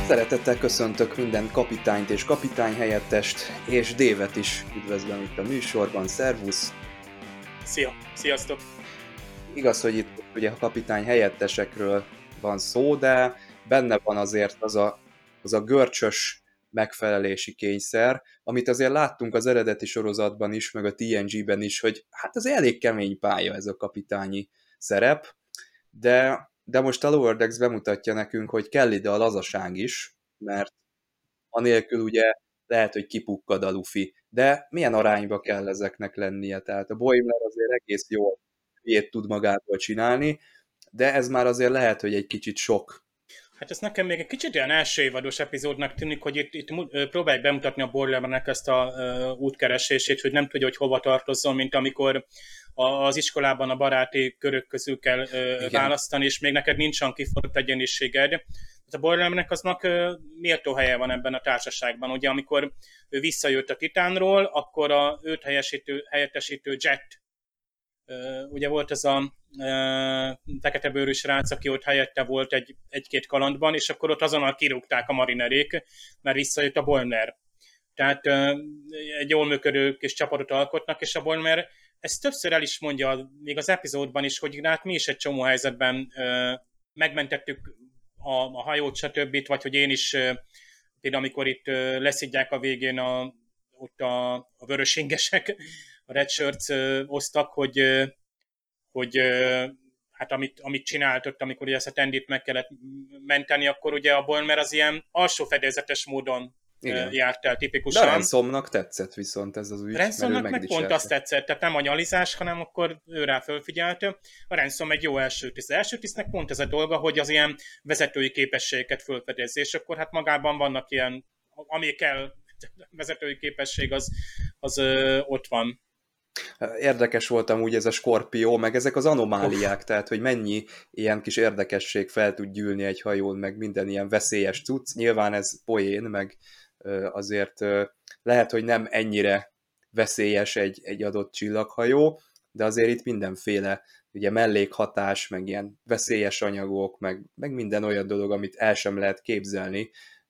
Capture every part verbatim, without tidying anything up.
Szeretettel köszöntök minden kapitányt és kapitányhelyettest, és Dévet is üdvözlöm itt a műsorban. Szervusz! Szia! Sziasztok! Igaz, hogy itt ugye a kapitány helyettesekről van szó, de benne van azért az a, az a görcsös megfelelési kényszer, amit azért láttunk az eredeti sorozatban is, meg a té en gé-ben is, hogy hát az elég kemény pálya ez a kapitányi szerep, de, de most a Lower Decks bemutatja nekünk, hogy kell ide a lazaság is, mert anélkül ugye lehet, hogy kipukkad a lufi, de milyen arányba kell ezeknek lennie? Tehát a Boimler azért egész jól hülyét tud magából csinálni, de ez már azért lehet, hogy egy kicsit sok. Hát ez nekem még egy kicsit olyan első évados epizódnak tűnik, hogy itt, itt próbálják bemutatni a Boimlernek ezt a uh, útkeresését, hogy nem tudja, hogy hova tartozzon, mint amikor az iskolában a baráti körök közül kell uh, választani, és még neked nincs olyan kiforrott egyéniséged. A Boimlernek aznak uh, méltó helye van ebben a társaságban. Ugye amikor ő visszajött a Titánról, akkor a őt helyesítő, helyettesítő Jet, Uh, ugye volt ez a uh, feketebőrű srác, aki ott helyette volt egy, egy-két kalandban, és akkor ott azonnal kirúgták a marinerék, mert visszajött a Boimler. Tehát uh, egy jól működő kis csapatot alkotnak, és a Boimler ezt többször el is mondja, még az epizódban is, hogy hát mi is egy csomó helyzetben uh, megmentettük a, a hajót, stb., vagy hogy én is, uh, például amikor itt uh, leszidják a végén a, ott a, a vörösingesek, a Red Shirts ö, osztak, hogy, ö, hogy ö, hát amit, amit csinált ott, amikor ugye ezt a Tandit meg kellett menteni, akkor ugye a Boimler az ilyen alsó fedélzetes módon ö, járt el tipikusan. De a Ransomnak tetszett viszont ez az ügy. Ransomnak meg pont azt tetszett, tehát nem a nyalizás, hanem akkor ő rá fölfigyelt. A Ransom egy jó első tiszt. Az első tisztnek pont ez a dolga, hogy az ilyen vezetői képességeket fölfedezi, és akkor hát magában vannak ilyen, ami kell, vezetői képesség az, az ö, ott van. Érdekes volt amúgy ez a Skorpió, meg ezek az anomáliák, tehát hogy mennyi ilyen kis érdekesség fel tud gyűlni egy hajón, meg minden ilyen veszélyes cucc. Nyilván ez poén, meg azért lehet, hogy nem ennyire veszélyes egy, egy adott csillaghajó, de azért itt mindenféle ugye mellékhatás, meg ilyen veszélyes anyagok, meg, meg minden olyan dolog, amit el sem lehet képzelni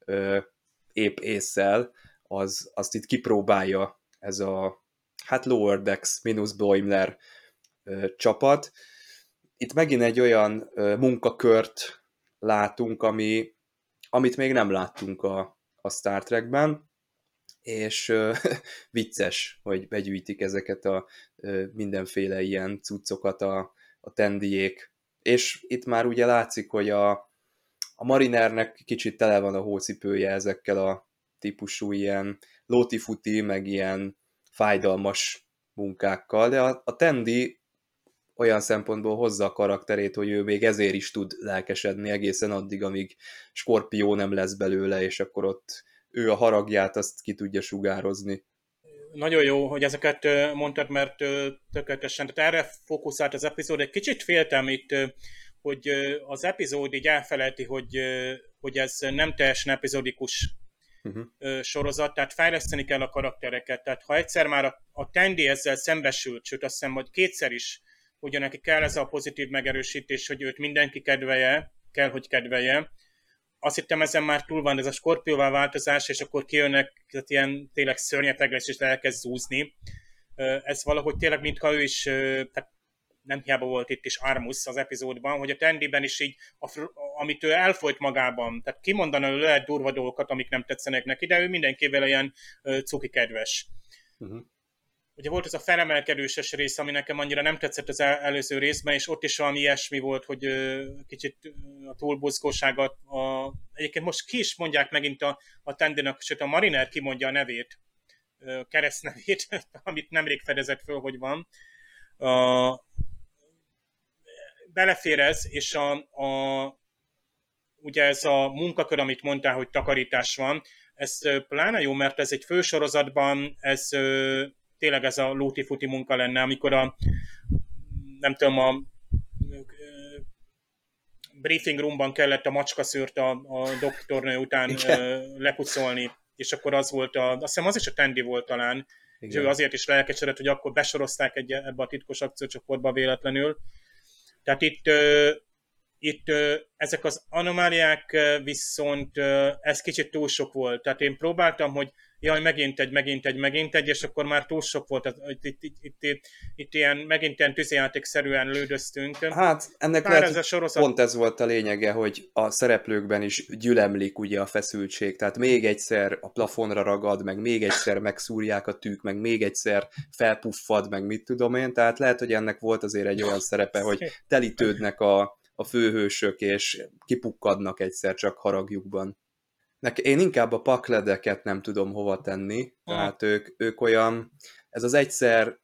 épp ésszel, az, azt itt kipróbálja ez a hát Lower Decks mínusz Boimler ö, csapat. Itt megint egy olyan ö, munkakört látunk, ami, amit még nem láttunk a, a Star Trekben, és ö, vicces, hogy begyűjtik ezeket a ö, mindenféle ilyen cuccokat a, a tendiék. És itt már ugye látszik, hogy a, a Marinernek kicsit tele van a hócipője ezekkel a típusú ilyen lótifuti, meg ilyen fájdalmas munkákkal, de a, a Tendi olyan szempontból hozza a karakterét, hogy ő még ezért is tud lelkesedni egészen addig, amíg Skorpió nem lesz belőle, és akkor ott ő a haragját azt ki tudja sugározni. Nagyon jó, hogy ezeket mondtad, mert tökéletesen, tehát erre fókuszált az epizód. Egy kicsit féltem itt, hogy az epizód így elfelejti, hogy, hogy ez nem teljesen epizódikus Uh-huh. sorozat, tehát fejleszteni kell a karaktereket. Tehát ha egyszer már a, a Tandy ezzel szembesült, sőt azt hiszem, hogy kétszer is, hogy neki kell ez a pozitív megerősítés, hogy őt mindenki kedvelje, kell, hogy kedvelje. Azt hittem, ezen már túl van ez a Skorpióval változás, és akkor kijönnek tehát ilyen tényleg szörnyeteges, és elkezd zúzni. Ez valahogy tényleg, mintha ő is, tehát nem hiába volt itt is Armus az epizódban, hogy a Tandyben is így, a, amit ő elfolyt magában, tehát kimondana, hogy lehet durva dolgokat, amik nem tetszenek neki, de ő mindenkivel ilyen uh, cuki kedves. Uh-huh. Ugye volt ez a felemelkedőses rész, ami nekem annyira nem tetszett az el- előző részben, és ott is valami ilyesmi volt, hogy uh, kicsit uh, a túlbuzgóságot, a... egyébként most ki is mondják megint a, a Tandynak, sőt a Mariner kimondja a nevét, uh, keresztnevét, amit nemrég fedezett föl, hogy van. Uh, belefér ez, és a, a, ugye ez a munkakör, amit mondtál, hogy takarítás van, ez pláne jó, mert ez egy fősorozatban, ez tényleg ez a lúti-futi munka lenne, amikor a, nem tudom, a briefing roomban kellett a macskaszűrt a, a doktornő után Igen. lepucolni, és akkor az volt, a, azt hiszem az is a Tandy volt talán, Igen. és ő azért is lelkesedett, hogy akkor besorozták egy, ebbe a titkos akciócsoportba véletlenül. Tehát itt, itt ö, ezek az anomáliák ö, viszont ö, ez kicsit túl sok volt. Tehát én próbáltam, hogy jaj, megint egy, megint egy, megint egy, és akkor már túl sok volt. Itt, itt, itt, itt, itt ilyen, megint ilyen tűzijátékszerűen lődöztünk. Hát ennek Bár lehet, ez a hogy sorozat... pont ez volt a lényege, hogy a szereplőkben is gyülemlik ugye a feszültség, tehát még egyszer a plafonra ragad, meg még egyszer megszúrják a tűk, meg még egyszer felpuffad, meg mit tudom én, tehát lehet, hogy ennek volt azért egy olyan szerepe, hogy telítődnek a, a főhősök, és kipukkadnak egyszer csak haragjukban. Nek- Én inkább a pakledeket nem tudom hova tenni, tehát ők, ők olyan, ez az egyszer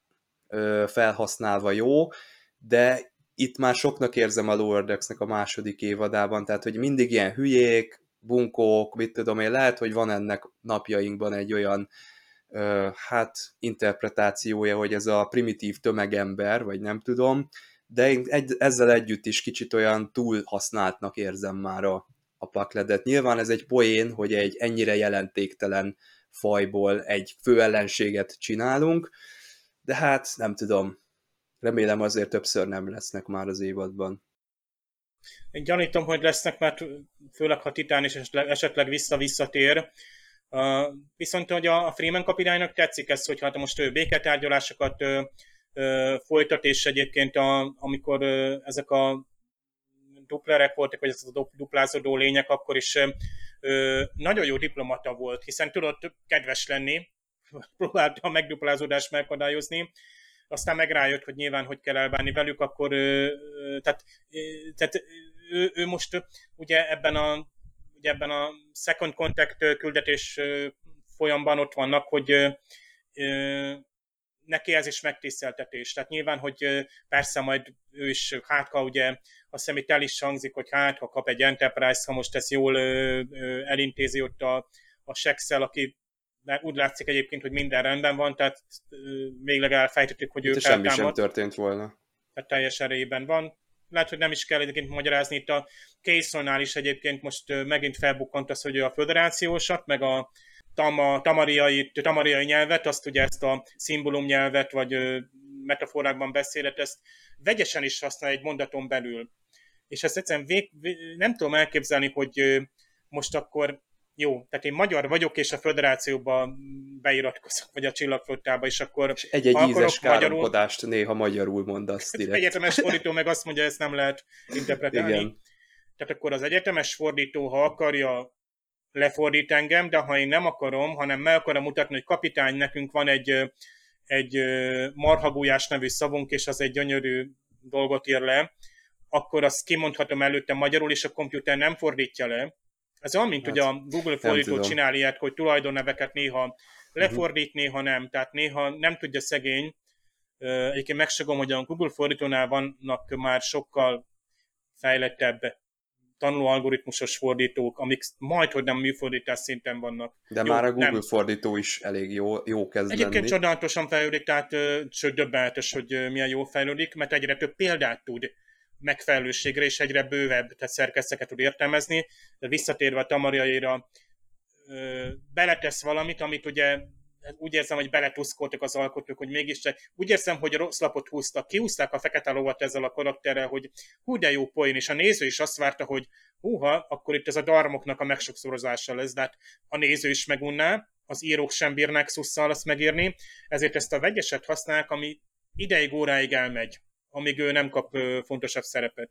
ö, felhasználva jó, de itt már soknak érzem a Lower Decks-nek a második évadában, tehát hogy mindig ilyen hülyék, bunkók, mit tudom én, lehet, hogy van ennek napjainkban egy olyan ö, hát interpretációja, hogy ez a primitív tömegember, vagy nem tudom, de én egy, ezzel együtt is kicsit olyan túl használtnak érzem már a, a pakledet. Nyilván ez egy poén, hogy egy ennyire jelentéktelen fajból egy főellenséget csinálunk, de hát nem tudom, remélem azért többször nem lesznek már az évadban. Én gyanítom, hogy lesznek, mert főleg ha Titán is esetleg, esetleg vissza-visszatér. Uh, viszont hogy a Freeman kapitánynak tetszik ez, hogy hát most ő béketárgyalásokat uh, uh, folytat, és egyébként a, amikor uh, ezek a duplerek voltak, vagy ez a duplázódó lények, akkor is uh, nagyon jó diplomata volt, hiszen tudott kedves lenni, próbálta a megduplázódást megakadályozni, aztán meg rájött, hogy nyilván hogy kell elbánni velük, akkor ö, ö, tehát, ö, tehát ő, ő most ugye ebben a, ugye ebben a second contact küldetés folyamban ott vannak, hogy ö, ö, neki ez is megtiszteltetés. Tehát nyilván, hogy persze majd ő is, hát ha ugye azt hiszem itt el is hangzik, hogy hát ha kap egy Enterprise, ha most ezt jól ö, ö, elintézi ott a, a Shekszel, aki de úgy látszik egyébként, hogy minden rendben van, tehát végleg elfejtettük, hogy Itt ő semmi feltámad. sem történt volna. Tehát teljes erejében van. Lehet, hogy nem is kell egyébként magyarázni. Itt a Kayson-nál is egyébként most megint felbukkant az, hogy a föderációsat, meg a tama, tamariai, tamariai nyelvet, azt ugye ezt a szimbólum nyelvet, vagy metaforákban beszélet, ezt vegyesen is használ egy mondaton belül. És ezt egyszerűen vég, nem tudom elképzelni, hogy most akkor jó, tehát én magyar vagyok, és a föderációba beiratkozok, vagy a csillagflottába, és akkor... És egy-egy ízes káromkodást magyarul, néha magyarul mondasz direkt. Egyetemes fordító meg azt mondja, ezt nem lehet interpretálni. Igen. Tehát akkor az egyetemes fordító, ha akarja, lefordít engem, de ha én nem akarom, hanem meg akarom mutatni, hogy kapitány, nekünk van egy, egy marhagújás nevű szavunk, és az egy gyönyörű dolgot ír le, akkor azt kimondhatom előtte magyarul, és a komputer nem fordítja le. Ez olyan, mint hát, ugye a Google fordító csinál ilyet, hogy tulajdonneveket néha lefordít, néha nem. Tehát néha nem tudja szegény. Egyébként megsegom, hogy a Google fordítónál vannak már sokkal fejlettebb tanulóalgoritmusos fordítók, amik majdhogy nem műfordítás szinten vannak. De jó, már a Google nem. fordító is elég jó, jó kezd Egyébként lenni. csodálatosan fejlődik, tehát sőt döbbenetes, hogy milyen jól fejlődik, mert egyre több példát tud megfelelőségre, és egyre bővebb tehát szerkeszteket tud értelmezni. De visszatérve a tamariaira, beletesz valamit, amit ugye úgy érzem, hogy beletuszkoltak az alkotók, hogy mégiscsak úgy érzem, hogy a rossz lapot húztak, kihúzták a fekete lovat ezzel a karakterrel, hogy hú, de jó poén, és a néző is azt várta, hogy húha, akkor itt ez a darmoknak a megsokszorozása lesz, de hát a néző is megunná, az írók sem bírnák szusszal azt megírni, ezért ezt a vegyeset használják, ami ideig, óráig elmegy, amíg ő nem kap fontosabb szerepet.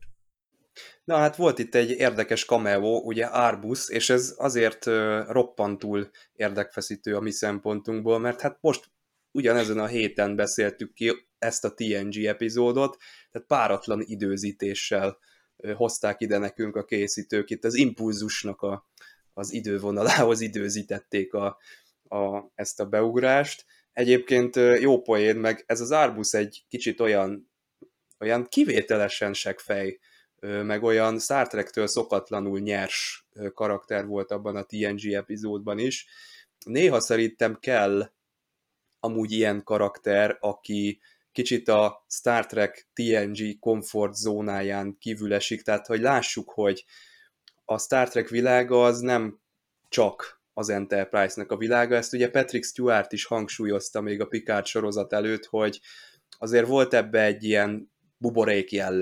Na hát volt itt egy érdekes cameo, ugye Arbus, és ez azért roppantul érdekfeszítő a mi szempontunkból, mert hát most ugyanezen a héten beszéltük ki ezt a té en gé epizódot, tehát páratlan időzítéssel hozták ide nekünk a készítők, itt az impulzusnak a, az idővonalához időzítették a, a, ezt a beugrást. Egyébként jó poén, meg ez az Arbus egy kicsit olyan, olyan kivételesen seggfej, meg olyan Star Trek-től szokatlanul nyers karakter volt abban a té en gé epizódban is. Néha szerintem kell amúgy ilyen karakter, aki kicsit a Star Trek té en gé komfortzónáján kívül esik, tehát hogy lássuk, hogy a Star Trek világa az nem csak az Enterprise-nak a világa, ezt ugye Patrick Stewart is hangsúlyozta még a Picard sorozat előtt, hogy azért volt ebbe egy ilyen buborék jelleg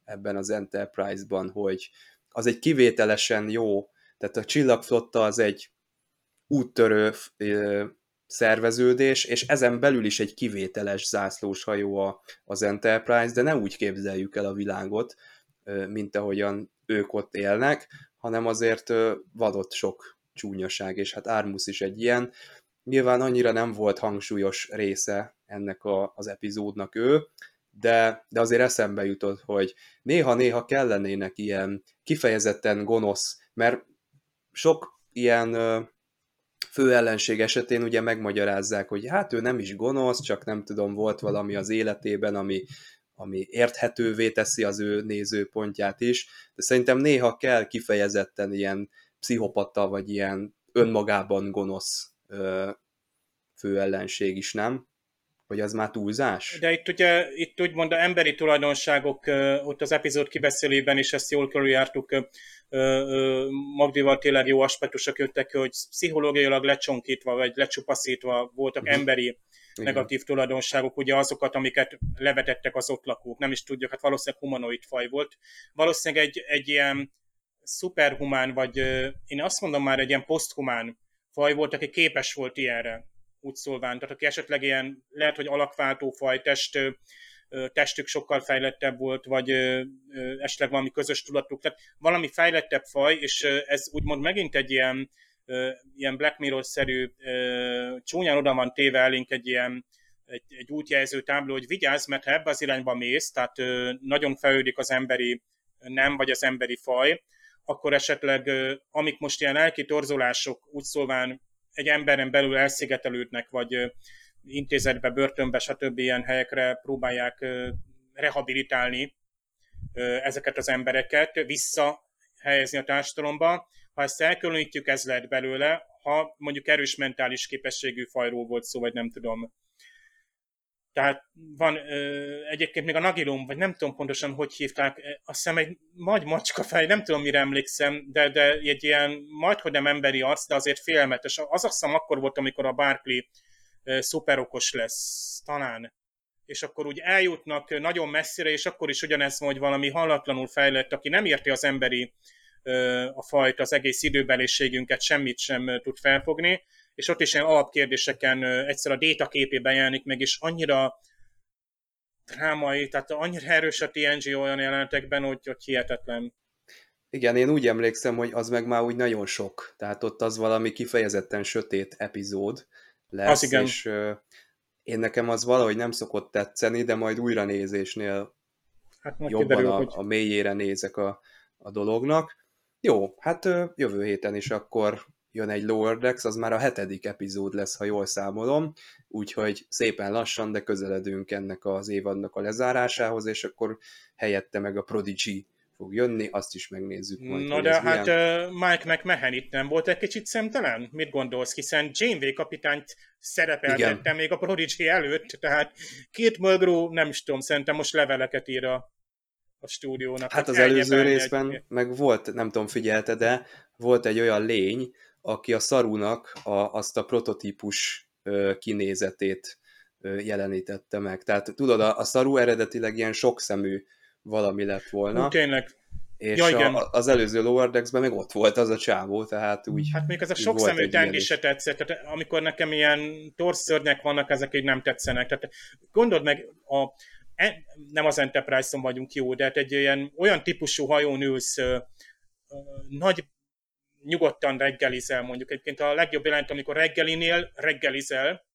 ebben az Enterprise-ban, hogy az egy kivételesen jó, tehát a csillagflotta az egy úttörő szerveződés, és ezen belül is egy kivételes zászlós hajó a, az Enterprise, de ne úgy képzeljük el a világot, mint ahogyan ők ott élnek, hanem azért van ott sok csúnyaság, és hát Armus is egy ilyen. Nyilván annyira nem volt hangsúlyos része ennek a, az epizódnak ő, de, de azért eszembe jutott, hogy néha-néha kellenének ilyen kifejezetten gonosz, mert sok ilyen főellenség esetén ugye megmagyarázzák, hogy hát ő nem is gonosz, csak nem tudom, volt valami az életében, ami, ami érthetővé teszi az ő nézőpontját is, de szerintem néha kell kifejezetten ilyen pszichopata, vagy ilyen önmagában gonosz ö, főellenség is, nem? Vagy az már túlzás? De itt ugye, itt úgymond a emberi tulajdonságok, ott az epizód kibeszélőben is ezt jól körüljártuk, Magdival tényleg jó aspektusok jöttek, hogy pszichológiailag lecsonkítva, vagy lecsupaszítva voltak uh-huh. emberi Igen. negatív tulajdonságok, ugye azokat, amiket levetettek az ott lakók, nem is tudjuk, hát valószínűleg humanoid faj volt. Valószínűleg egy, egy ilyen szuperhumán, vagy én azt mondom már egy ilyen poszthumán faj volt, aki képes volt ilyenre, úgy szólván. Tehát aki esetleg ilyen, lehet, hogy alakváltó faj, test, testük sokkal fejlettebb volt, vagy esetleg valami közös tudatuk. Tehát valami fejlettebb faj, és ez úgymond megint egy ilyen, ilyen Black Mirror-szerű csúnyán oda van téve elénk egy ilyen egy, egy útjelző tábló, hogy vigyázz, mert ha ebbe az irányba mész, tehát nagyon fejlődik az emberi nem, vagy az emberi faj, akkor esetleg, amik most ilyen lelki torzulások, úgy szólván egy emberen belül elszigetelődnek, vagy intézetbe, börtönbe, stb. Ilyen helyekre próbálják rehabilitálni ezeket az embereket, visszahelyezni a társadalomba. Ha ezt elkülönítjük, ez lehet belőle, ha mondjuk erős mentális képességű fajról volt szó, vagy nem tudom. Tehát van egyébként még a Nagilum, vagy nem tudom pontosan, hogy hívták, azt hiszem egy nagy macskafej, nem tudom, mire emlékszem, de, de egy ilyen majdhogy nem emberi arc, de azért félelmetes. Az azt hiszem akkor volt, amikor a Barclay szuperokos lesz, talán. És akkor úgy eljutnak nagyon messzire, és akkor is ugyanez vagy valami hallatlanul fejlett, aki nem érti az emberi a fajt, az egész időbeliségünket, semmit sem tud felfogni, és ott is ilyen alapkérdéseken egyszer a Data képében jelenik meg, és annyira drámai, tehát annyira erős a té en gé olyan jelenetekben, hogy, hogy hihetetlen. Igen, én úgy emlékszem, hogy az meg már úgy nagyon sok. Tehát ott az valami kifejezetten sötét epizód lesz, az igen. és uh, én nekem az valahogy nem szokott tetszeni, de majd újranézésnél hát jobban kiderül, a, hogy... a mélyére nézek a, a dolognak. Jó, hát uh, jövő héten is akkor jön egy Lower Decks, az már a hetedik epizód lesz, ha jól számolom, úgyhogy szépen lassan, de közeledünk ennek az évadnak a lezárásához, és akkor helyette meg a Prodigy fog jönni, azt is megnézzük majd. Na de hát milyen... uh, Mike McMahon itt nem volt egy kicsit szemtelen? Mit gondolsz? Hiszen Janeway kapitányt szerepeltette még a Prodigy előtt, tehát két Mulgrew, nem is tudom, szerintem most leveleket ír a, a stúdiónak. Hát az előző részben egy... meg volt, nem tudom, figyelte, de volt egy olyan lény, aki a Sarunak a, azt a prototípus ö, kinézetét ö, jelenítette meg. Tehát tudod, a, a Saru eredetileg ilyen sokszemű valami lett volna. Hú, tényleg. És ja, a, az előző Lower Decks-ben meg ott volt az a csávó, tehát úgy... Hát még ez a sokszemű teng is se tetszett, tehát amikor nekem ilyen torszörnyek vannak, ezek így nem tetszenek. Tehát gondold meg, a, nem az Enterprise-on vagyunk jó, de hát egy ilyen, olyan típusú hajón ülsz, ö, ö, nagy nyugodtan reggelizel, mondjuk. Egyébként a legjobb jelent, amikor reggelinél reggelizel,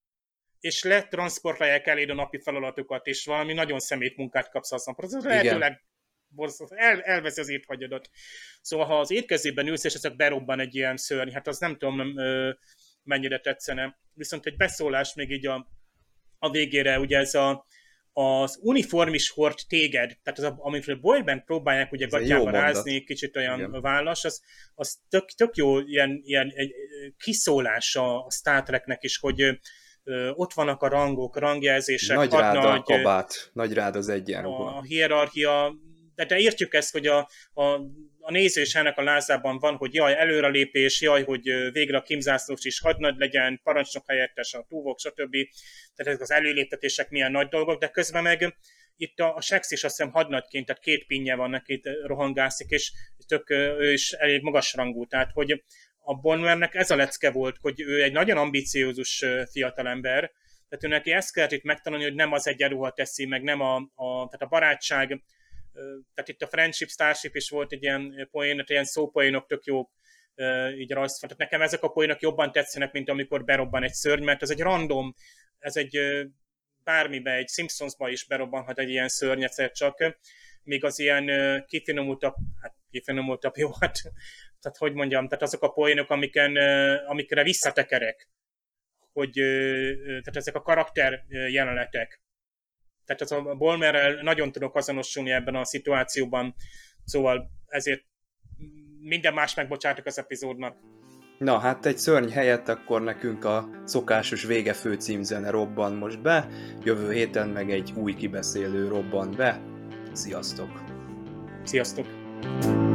és letranszportálják eléd a napi feladatokat, és valami nagyon szemét munkát kapsz aznap. Ez lehetőleg el, elveszi az étfagyadat. Szóval, ha az étkezében ülsz, és ezek berobban egy ilyen szörny, hát az nem tudom, mennyire tetszene. Viszont egy beszólás még így a, a végére, ugye ez a az uniformis hord téged, tehát az, amit a Boyle-ben próbálják ugye gatyába rázni, kicsit olyan Igen. vállas, az, az tök, tök jó ilyen, ilyen egy kiszólása a Star Treknek is, hogy ö, ott vannak a rangok, rangjelzések. Nagy rád a kabát, nagy rád az egyenruha. A hierarchia, de, de értjük ezt, hogy a, a, a néző is ennek a lázában van, hogy jaj, előrelépés, jaj, hogy végre a kimzászlós is hadnagy legyen, parancsnok helyettes, a túvok, stb. Tehát ezek az előléptetések milyen nagy dolgok, de közben meg itt a, a Shax is azt hiszem hadnagyként, tehát két pinnje van neki, itt rohangászik, és tök, ő is elég magas rangú. Tehát, hogy a Bonmernek ez a lecke volt, hogy ő egy nagyon ambiciózus fiatalember, tehát ő neki ezt kellett itt megtanulni, hogy nem az egyenruha teszi, meg nem a, a, tehát a barátság, tehát itt a Friendship, Starship is volt egy ilyen poén, ilyen szópoénok tök jók, így rajz. Tehát nekem ezek a poénok jobban tetszenek, mint amikor berobban egy szörny, mert ez egy random, ez egy bármibe, egy Simpsonsba is berobbanhat egy ilyen szörny egyszer csak, még az ilyen kifinomultabb, hát kifinomultabb, jó, hát, tehát hogy mondjam, tehát azok a poénok, amiken, amikre visszatekerek, hogy tehát ezek a karakter jelenetek. Tehát az a Bolmerrel nagyon tudok azonosulni ebben a szituációban, szóval ezért minden más megbocsátok az epizódnak. Na, hát egy szörny helyett akkor nekünk a szokásos vége főcímzene robban most be, jövő héten meg egy új kibeszélő robban be. Sziasztok! Sziasztok!